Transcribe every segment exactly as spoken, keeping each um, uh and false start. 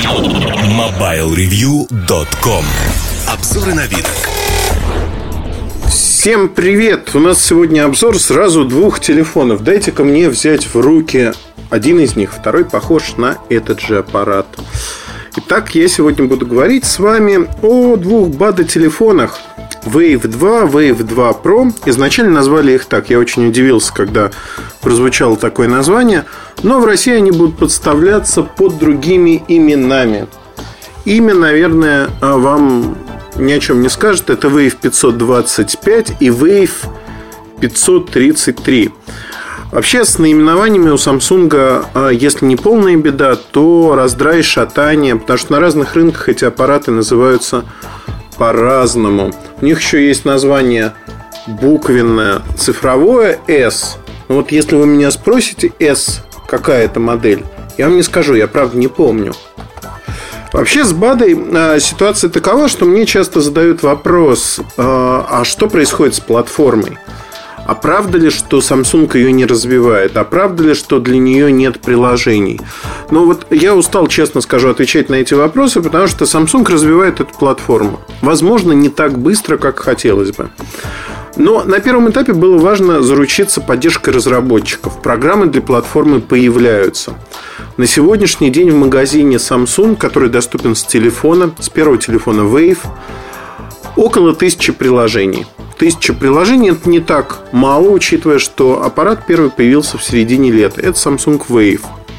мобайл ревью точка ком. Обзоры новинок. Всем привет! У нас сегодня обзор сразу двух телефонов. Дайте-ка мне взять в руки один из них. Второй похож на этот же аппарат. Итак, я сегодня буду говорить с вами о двух бада-телефонах. Wave два, Wave два Pro. Изначально назвали их так. Я очень удивился, когда прозвучало такое название. Но в России они будут подставляться под другими именами. Имя, наверное, вам ни о чем не скажет. Это Wave пятьсот двадцать пять и Wave пятьсот тридцать три. Вообще с наименованиями у Samsung, если не полная беда, то раздрай, шатание. Потому что на разных рынках эти аппараты называются по-разному. У них еще есть название буквенное, цифровое S. Но вот если вы меня спросите, S, какая это модель, я вам не скажу, я правда не помню. Вообще с БАДой э, ситуация такова, что мне часто задают вопрос, э, а что происходит с платформой? А правда ли, что Samsung ее не развивает? А правда ли, что для нее нет приложений? Ну вот я устал, честно скажу, отвечать на эти вопросы, потому что Samsung развивает эту платформу. Возможно, не так быстро, как хотелось бы. Но на первом этапе было важно заручиться поддержкой разработчиков. Программы для платформы появляются. На сегодняшний день в магазине Samsung, который доступен с телефона, с первого телефона Wave, около тысячи приложений. Тысяча приложений – это не так мало, учитывая, что аппарат первый появился в середине лета. Это Samsung Wave.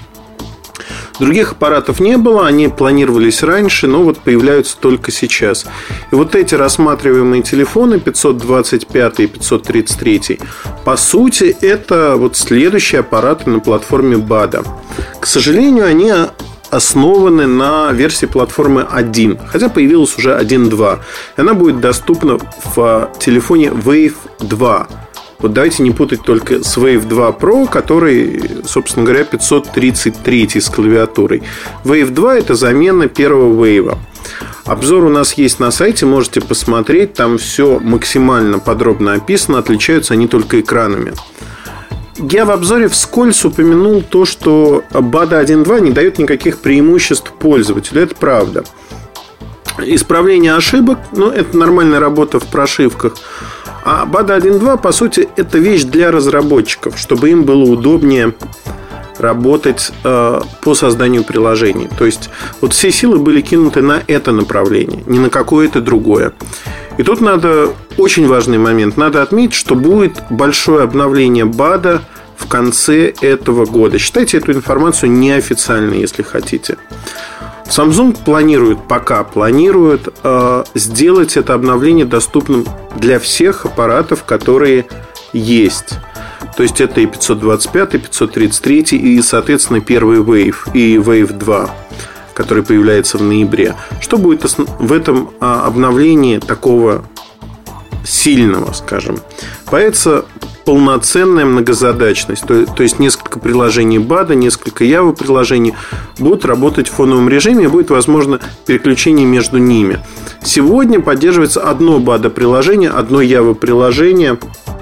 Других аппаратов не было, они планировались раньше, но вот появляются только сейчас. И вот эти рассматриваемые телефоны пятьсот двадцать пять и пятьсот тридцать три, по сути, это вот следующие аппараты на платформе БАДа. К сожалению, они основаны на версии платформы один, хотя появилась уже один точка два. И она будет доступна в телефоне Wave два. Вот давайте не путать только с Wave два Pro, который, собственно говоря, пятьсот тридцать три с клавиатурой. Wave два – это замена первого Wave. Обзор у нас есть на сайте, можете посмотреть. Там все максимально подробно описано. Отличаются они только экранами. Я в обзоре вскользь упомянул то, что бада один точка два не дает никаких преимуществ пользователю. Это правда. Исправление ошибок, ну, это нормальная работа в прошивках. А бада один точка два, по сути, это вещь для разработчиков, чтобы им было удобнее работать э, по созданию приложений. То есть, вот все силы были кинуты на это направление, не на какое-то другое. И тут надо, очень важный момент, надо отметить, что будет большое обновление БАДа в конце этого года. Считайте эту информацию неофициальной, если хотите. Samsung планирует, пока планирует э, сделать это обновление доступным для всех аппаратов, которые есть. То есть это и пятьсот двадцать пять, и пятьсот тридцать три, и, соответственно, первый Wave, и Wave два, который появляется в ноябре. Что будет в этом обновлении такого сильного, скажем? Появится полноценная многозадачность. То, то есть несколько приложений БАДа, несколько Java приложений будут работать в фоновом режиме, и будет возможно переключение между ними. Сегодня поддерживается одно БАДа приложение, одно Java приложение,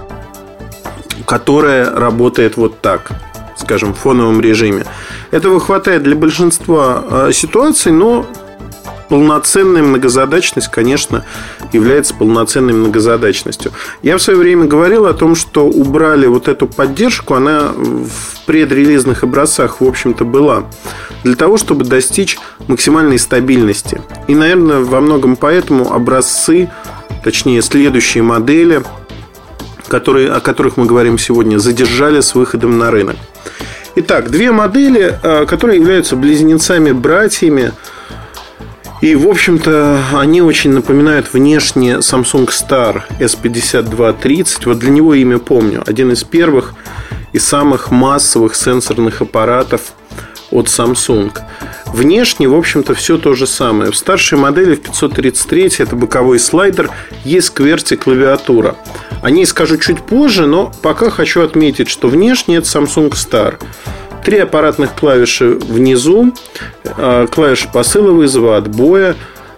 которое работает вот так, скажем, в фоновом режиме. Этого хватает для большинства ситуаций, но полноценная многозадачность, конечно, является полноценной многозадачностью. Я в свое время говорил о том, что убрали вот эту поддержку. Она в предрелизных образцах, в общем-то, была для того, чтобы достичь максимальной стабильности. И, наверное, во многом поэтому образцы, точнее, следующие модели, которые, о которых мы говорим сегодня, задержали с выходом на рынок. Итак, две модели, которые являются близнецами-братьями. И, в общем-то, они очень напоминают внешне Samsung Star эс пятьдесят два тридцать. Вот для него имя помню. Один из первых и самых массовых сенсорных аппаратов от Samsung. Внешне, в общем-то, все то же самое. В старшей модели, в пятьсот тридцать три, это боковой слайдер, есть QWERTY клавиатура. О ней скажу чуть позже, но пока хочу отметить, что внешне это Samsung Star. Три аппаратных клавиши внизу, клавиши посыла вызова, отбоя,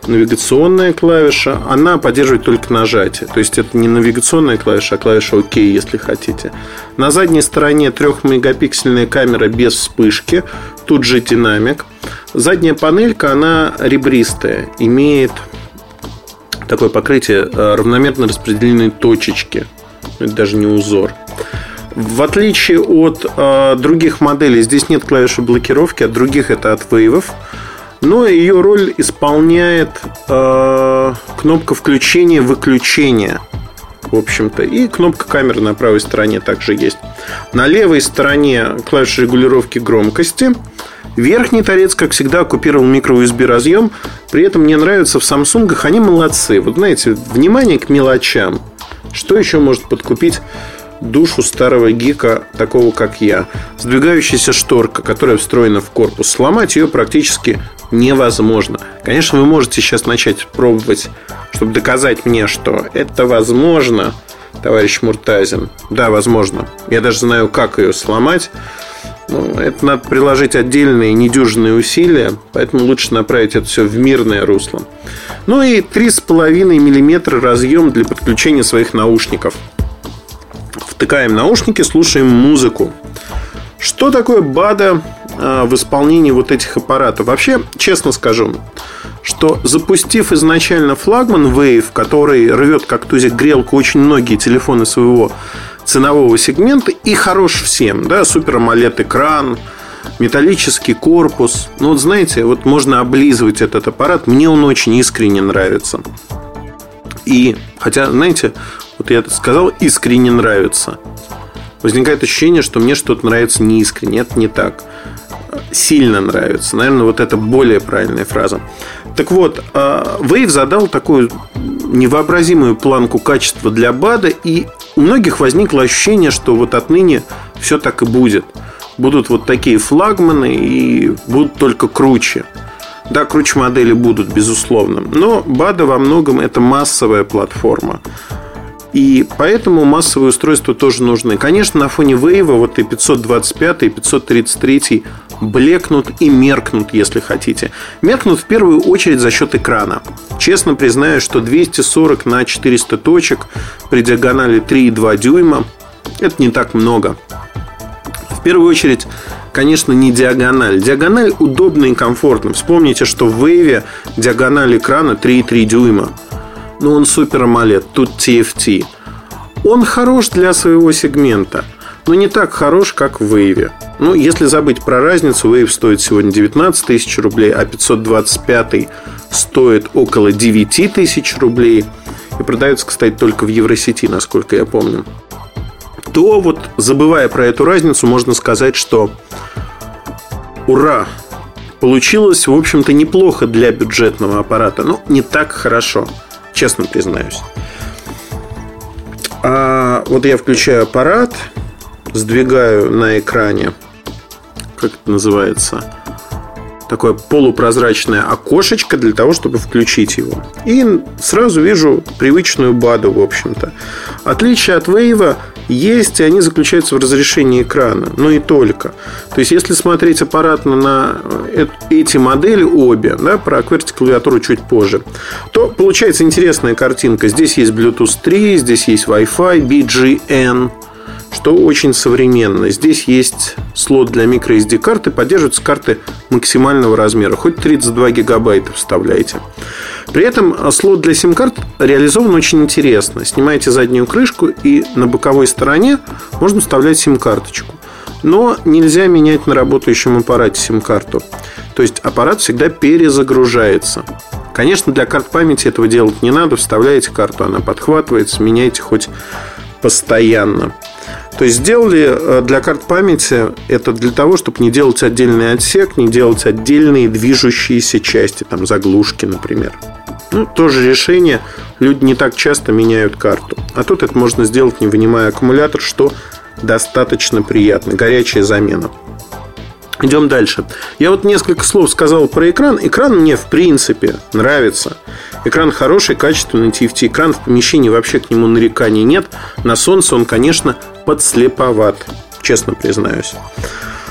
навигационная клавиша. Она поддерживает только нажатие. То есть это не навигационная клавиша, а клавиша ОК, если хотите. На задней стороне трехмегапиксельная камера без вспышки. Тут же динамик. Задняя панелька, она ребристая. Имеет такое покрытие равномерно распределенной точечки. Это даже не узор. В отличие от э, других моделей, здесь нет клавиши блокировки. От других это от вейвов. Но ее роль исполняет э, кнопка включения-выключения, в общем-то. И кнопка камеры на правой стороне также есть. На левой стороне клавиша регулировки громкости. Верхний торец, как всегда, оккупировал микро-ю эс би разъем. При этом мне нравится в Samsung, они молодцы. Вот знаете, внимание к мелочам. Что еще может подкупить душу старого гика, такого как я? Сдвигающаяся шторка, которая встроена в корпус. Сломать ее практически невозможно. Конечно, вы можете сейчас начать пробовать, чтобы доказать мне, что это возможно, товарищ Муртазин. Да, возможно. Я даже знаю, как ее сломать. Но это надо приложить отдельные недюжинные усилия. Поэтому лучше направить это все в мирное русло. Ну и три с половиной миллиметра разъем для подключения своих наушников. Втыкаем наушники, слушаем музыку. Что такое бада в исполнении вот этих аппаратов? Вообще, честно скажу, что запустив изначально флагман Wave, который рвет как тузик грелку очень многие телефоны своего ценового сегмента, и хорош всем, да, супер AMOLED экран, металлический корпус. Ну вот знаете, вот можно облизывать этот аппарат. Мне он очень искренне нравится. И, хотя, знаете, вот я сказал, искренне нравится, возникает ощущение, что мне что-то нравится неискренне. Это не так. Сильно нравится. Наверное, вот это более правильная фраза. Так вот, Wave задал такую невообразимую планку качества для бада. И у многих возникло ощущение, что вот отныне все так и будет. Будут вот такие флагманы и будут только круче. Да, круче модели будут, безусловно. Но бада во многом это массовая платформа. И поэтому массовые устройства тоже нужны. Конечно, на фоне Wave вот и пятьсот двадцать пять, и пятьсот тридцать три блекнут и меркнут, если хотите. Меркнут в первую очередь за счет экрана. Честно признаюсь, что двести сорок на четыреста точек при диагонали три и два дюйма — это не так много. В первую очередь, конечно, не диагональ. Диагональ удобно и комфортно. Вспомните, что в Wave диагональ экрана три и три дюйма. Но он супер AMOLED, тут ти эф ти. Он хорош для своего сегмента, но не так хорош, как в Wave. Ну, если забыть про разницу, Wave стоит сегодня девятнадцать тысяч рублей, а пятьсот двадцать пять стоит около девять тысяч рублей. И продается, кстати, только в Евросети, насколько я помню. То вот, забывая про эту разницу, можно сказать, что ура! Получилось, в общем-то, неплохо для бюджетного аппарата, но не так хорошо. Честно признаюсь. А вот я включаю аппарат, сдвигаю на экране, как это называется, такое полупрозрачное окошечко для того, чтобы включить его. И сразу вижу привычную баду, в общем-то. Отличие от Wave есть, и они заключаются в разрешении экрана, но и только. То есть, если смотреть аппаратно на эти модели обе, да, про QWERTY-клавиатуру чуть позже, то получается интересная картинка. Здесь есть Bluetooth три, здесь есть Wi-Fi, би джи эн, что очень современно. Здесь есть слот для microSD карты, поддерживаются карты максимального размера, хоть тридцать два гигабайта вставляйте. При этом слот для сим-карт реализован очень интересно. Снимаете заднюю крышку, и на боковой стороне можно вставлять сим-карточку. Но нельзя менять на работающем аппарате сим-карту. То есть аппарат всегда перезагружается. Конечно, для карт памяти этого делать не надо. Вставляете карту, она подхватывается, меняйте хоть постоянно. То есть сделали для карт памяти это для того, чтобы не делать отдельный отсек, не делать отдельные движущиеся части, там заглушки, например. Ну, тоже решение. Люди не так часто меняют карту. А тут это можно сделать, не вынимая аккумулятор, что достаточно приятно. Горячая замена. Идем дальше. Я вот несколько слов сказал про экран. Экран мне в принципе нравится. Экран хороший, качественный ти эф ти. Экран в помещении, вообще к нему нареканий нет. На солнце он, конечно, подслеповат, честно признаюсь.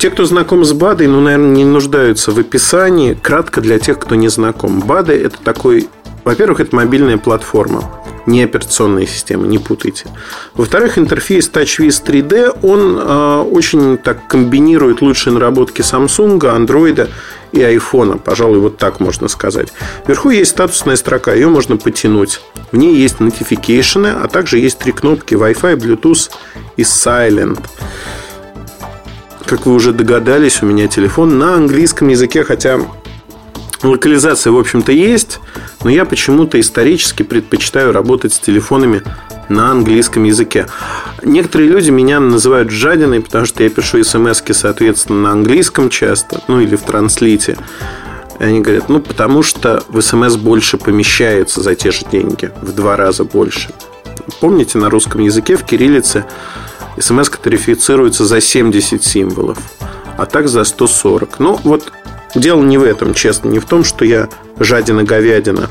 Те, кто знаком с бадой, ну, наверное, не нуждаются в описании. Кратко для тех, кто не знаком. бада – это такой... Во-первых, это мобильная платформа, не операционная система, не путайте. Во-вторых, интерфейс TouchWiz три дэ, он э, очень так комбинирует лучшие наработки Samsung, Android и iPhone. Пожалуй, вот так можно сказать. Вверху есть статусная строка, ее можно потянуть. В ней есть notification, а также есть три кнопки Wi-Fi, Bluetooth и Silent. Как вы уже догадались, у меня телефон на английском языке, хотя локализация, в общем-то, есть, но я почему-то исторически предпочитаю работать с телефонами на английском языке. Некоторые люди меня называют жадиной, потому что я пишу смс-ки, соответственно, на английском часто, ну или в транслите. И они говорят, ну потому что в смс больше помещается за те же деньги, в два раза больше. Помните, на русском языке в кириллице смс-ка тарифицируется за семьдесят символов, а так за сто сорок. Ну вот дело не в этом, честно, не в том, что я жадина-говядина,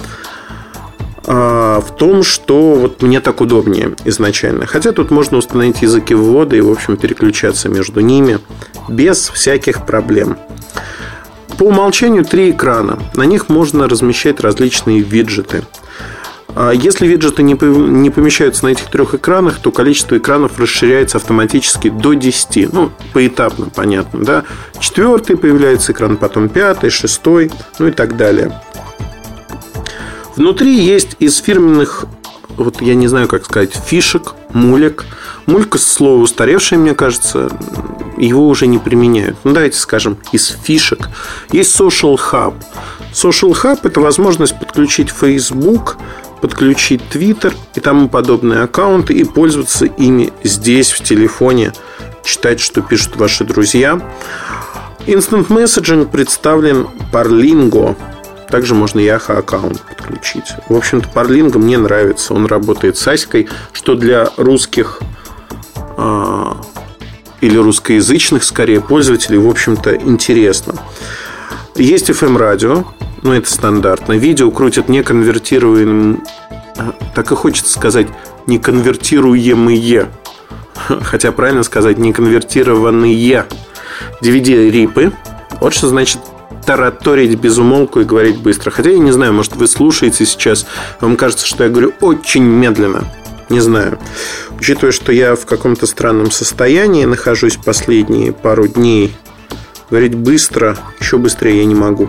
а в том, что вот мне так удобнее изначально. Хотя тут можно установить языки ввода и, в общем, переключаться между ними без всяких проблем. По умолчанию три экрана. На них можно размещать различные виджеты. Если виджеты не помещаются на этих трех экранах, то количество экранов расширяется автоматически до десяти. Ну, поэтапно, понятно, да? Четвертый появляется экран, потом пятый, шестой, ну и так далее. Внутри есть из фирменных, вот я не знаю, как сказать, фишек, мулек. Мулька, слово устаревшее, мне кажется, его уже не применяют. Ну, давайте скажем, из фишек. Есть Social Hub. Social Hub – это возможность подключить Facebook, подключить Twitter и тому подобные аккаунты и пользоваться ими здесь, в телефоне, читать, что пишут ваши друзья. Instant Messaging представлен Parlingo. Также можно Yahoo аккаунт подключить. В общем-то, Parlingo мне нравится. Он работает с аськой, что для русских э, или русскоязычных, скорее, пользователей, в общем-то, интересно. Есть эф эм-радио. Ну, это стандартно. Видео крутят неконвертируемым, так и хочется сказать, неконвертируемые. Хотя правильно сказать неконвертированные ди ви ди-рипы. Вот что значит тараторить без умолку и говорить быстро. Хотя я не знаю, может, вы слушаете сейчас, вам кажется, что я говорю очень медленно. Не знаю. Учитывая, что я в каком-то странном состоянии нахожусь последние пару дней, говорить быстро, еще быстрее я не могу.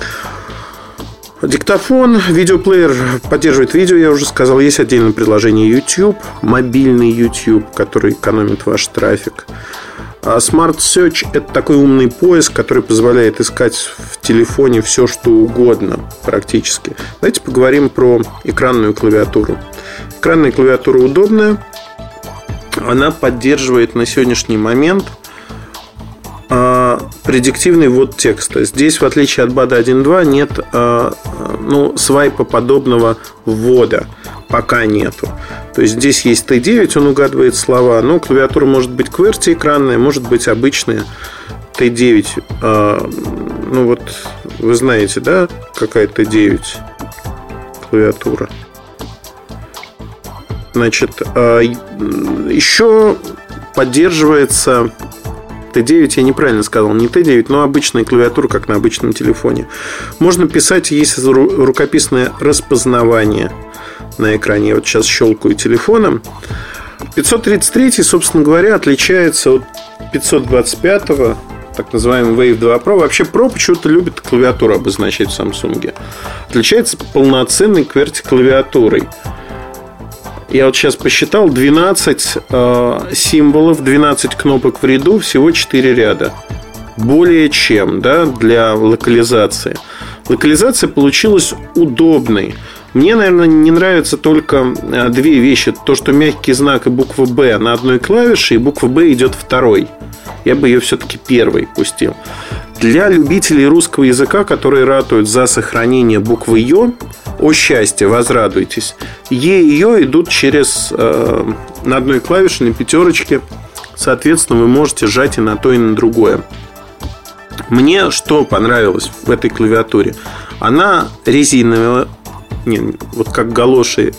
Диктофон, видеоплеер поддерживает видео, я уже сказал. Есть отдельное приложение YouTube, мобильный YouTube, который экономит ваш трафик. А Smart Search – это такой умный поиск, который позволяет искать в телефоне все, что угодно практически. Давайте поговорим про экранную клавиатуру. Экранная клавиатура удобная. Она поддерживает на сегодняшний момент предиктивный ввод текста. Здесь, в отличие от бада один точка два, нет ну, свайпа подобного ввода. Пока нету. То есть здесь есть ти девять, он угадывает слова. Но клавиатура может быть QWERTY-экранная, может быть обычная ти девять. Ну вот, вы знаете, да, какая ти девять клавиатура. Значит, еще поддерживается ти девять, я неправильно сказал, не ти девять, но обычная клавиатура, как на обычном телефоне. Можно писать, есть рукописное распознавание на экране. Я вот сейчас щелкаю телефоном. пятьсот тридцать три, собственно говоря, отличается от пятьсот двадцать пятого, так называемый Wave два Pro. Вообще Pro почему-то любит клавиатуру обозначать в Samsung. Отличается полноценной QWERTY клавиатурой. Я вот сейчас посчитал, двенадцать э, символов, двенадцать кнопок в ряду, всего четыре ряда. Более чем, да, для локализации. Локализация получилась удобной. Мне, наверное, не нравятся только две вещи. То, что мягкий знак и буква «Б» на одной клавише, и буква «Б» идет второй. Я бы ее все-таки первой пустил. Для любителей русского языка, которые ратуют за сохранение буквы «Ё», о счастье, возрадуйтесь. Е и Ё идут через э, на одной клавише, на пятерочке. Соответственно, вы можете жать и на то, и на другое. Мне что понравилось в этой клавиатуре? Она резиновая. Не, вот как галоши,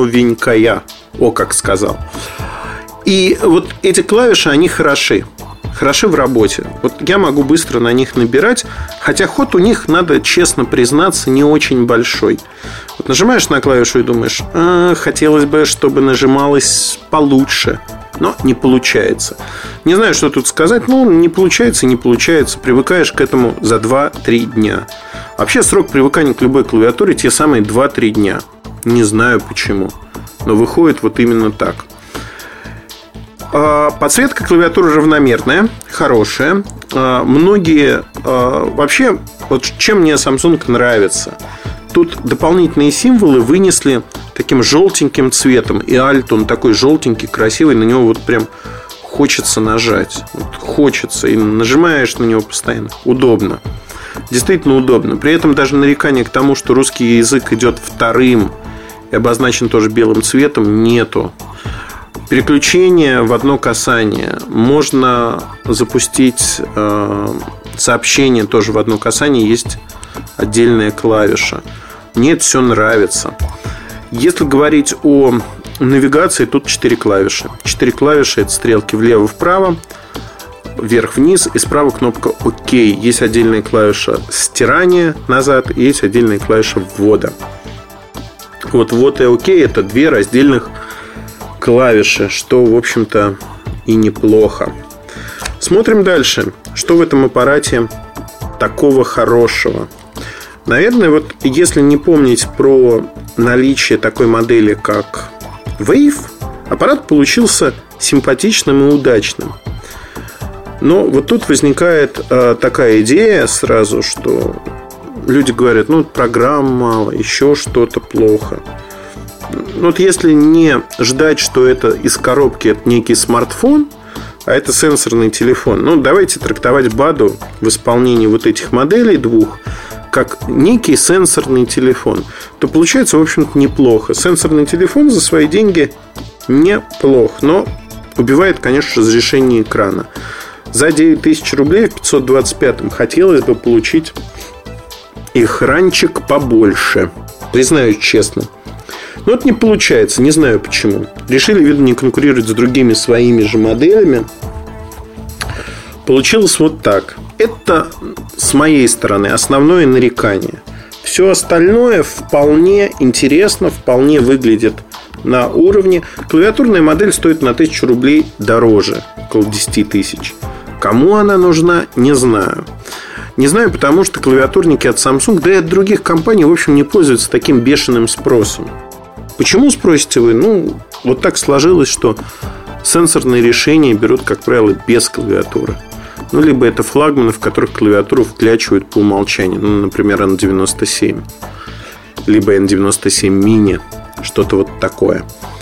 резиновенькая. О, как сказал. И вот эти клавиши, они хороши. хороши в работе. Вот я могу быстро на них набирать, хотя ход у них, надо честно признаться, не очень большой. Вот нажимаешь на клавишу и думаешь, а, хотелось бы, чтобы нажималось получше, но не получается. Не знаю, что тут сказать. Ну, не получается, не получается. Привыкаешь к этому за два-три дня. Вообще срок привыкания к любой клавиатуре те самые два-три дня. Не знаю почему, но выходит вот именно так. Подсветка клавиатуры равномерная, хорошая. Многие... Вообще, вот чем мне Samsung нравится, тут дополнительные символы вынесли таким желтеньким цветом. И Alt, он такой желтенький, красивый. На него вот прям хочется нажать. Вот хочется. И нажимаешь на него постоянно. Удобно. Действительно удобно. При этом даже нарекания к тому, что русский язык идет вторым и обозначен тоже белым цветом, нету. Переключение в одно касание. Можно запустить э, сообщение тоже в одно касание. Есть отдельная клавиша. Мне это все нравится. Если говорить о навигации, тут четыре клавиши. четыре клавиши – это стрелки влево-вправо, вверх-вниз и справа кнопка ОК. Есть отдельная клавиша стирания назад, и есть отдельная клавиша ввода. Вот ввод и ОК – это две раздельных клавиши, что, в общем-то, и неплохо. Смотрим дальше. Что в этом аппарате такого хорошего? Наверное, вот если не помнить про наличие такой модели, как Wave, аппарат получился симпатичным и удачным. Но вот тут возникает э, такая идея сразу, что люди говорят, ну, программ мало, еще что-то плохо. Вот если не ждать, что это из коробки это некий смартфон, а это сенсорный телефон, ну, давайте трактовать баду в исполнении вот этих моделей двух как некий сенсорный телефон, то получается, в общем-то, неплохо. Сенсорный телефон за свои деньги неплох, но убивает, конечно, разрешение экрана. За девять тысяч рублей в пятьсот двадцать пятом хотелось бы получить экранчик побольше. Признаюсь честно. Но это не получается, не знаю почему. Решили, видно, не конкурировать с другими своими же моделями. Получилось вот так. Это, с моей стороны, основное нарекание. Все остальное вполне интересно, вполне выглядит на уровне. Клавиатурная модель стоит на тысячу рублей дороже, около десять тысяч. Кому она нужна, не знаю. Не знаю, потому что клавиатурники от Samsung, да и от других компаний, в общем, не пользуются таким бешеным спросом. Почему, спросите вы? Ну, вот так сложилось, что сенсорные решения берут, как правило, без клавиатуры. Ну, либо это флагманы, в которых клавиатуру вклячивают по умолчанию. Ну, например, эн девяносто семь. Либо эн девяносто семь мини. Что-то вот такое.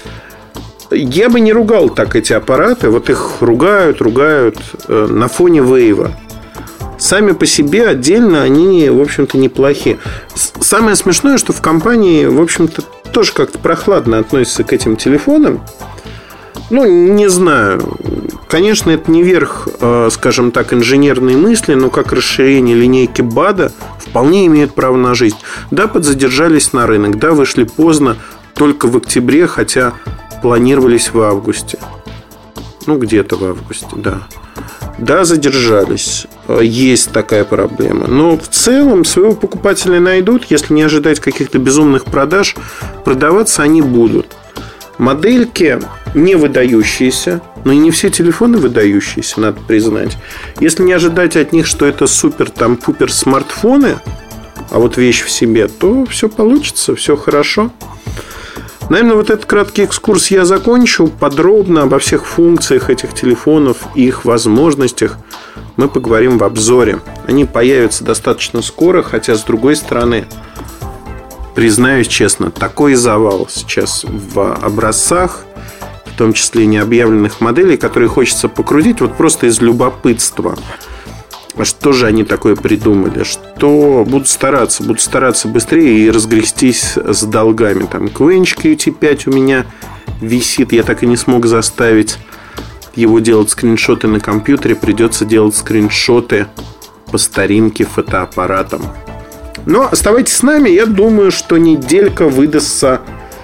Я бы не ругал так эти аппараты. Вот их ругают, ругают э, на фоне Wave. Сами по себе отдельно они, в общем-то, неплохие. Самое смешное, что в компании, в общем-то, тоже как-то прохладно относятся к этим телефонам. Ну, не знаю. Конечно, это не верх, скажем так, инженерной мысли, но как расширение линейки БАДа вполне имеет право на жизнь. Да, подзадержались на рынок, да, вышли поздно, только в октябре, хотя планировались в августе. Ну, где-то в августе, да. Да, задержались. Есть такая проблема. Но в целом своего покупателя найдут. Если не ожидать каких-то безумных продаж, продаваться они будут. Модельки не выдающиеся, но и не все телефоны выдающиеся, надо признать. Если не ожидать от них, что это супер там пупер смартфоны, а вот вещь в себе, то все получится, все хорошо. Наверное, вот этот краткий экскурс я закончу. Подробно обо всех функциях этих телефонов и их возможностях мы поговорим в обзоре. Они появятся достаточно скоро, хотя, с другой стороны, признаюсь честно, такой завал сейчас в образцах, в том числе необъявленных моделей, которые хочется покрутить вот просто из любопытства. Что же они такое придумали? Что будут стараться, будут стараться быстрее и разгрестись с долгами. Там Quench кью ти пять у меня висит. Я так и не смог заставить его делать скриншоты на компьютере. Придется делать скриншоты по старинке фотоаппаратом. Но оставайтесь с нами. Я думаю, что неделька выдастся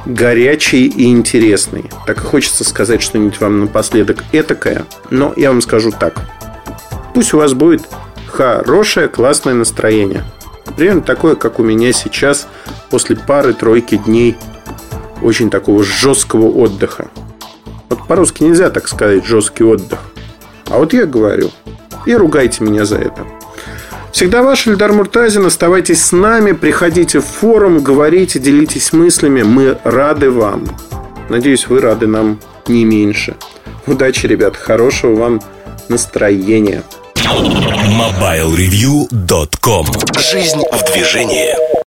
горячий и интересный. Так и хочется сказать что-нибудь вам напоследок этакое. Но я вам скажу так. Пусть у вас будет хорошее, классное настроение. Примерно такое, как у меня сейчас после пары-тройки дней очень такого жесткого отдыха. Вот по-русски нельзя так сказать жесткий отдых. А вот я говорю. И ругайте меня за это. Всегда ваш Эльдар Муртазин. Оставайтесь с нами, приходите в форум, говорите, делитесь мыслями. Мы рады вам. Надеюсь, вы рады нам не меньше. Удачи, ребят, хорошего вам настроения. мобайл ревью точка ком. Жизнь в движении.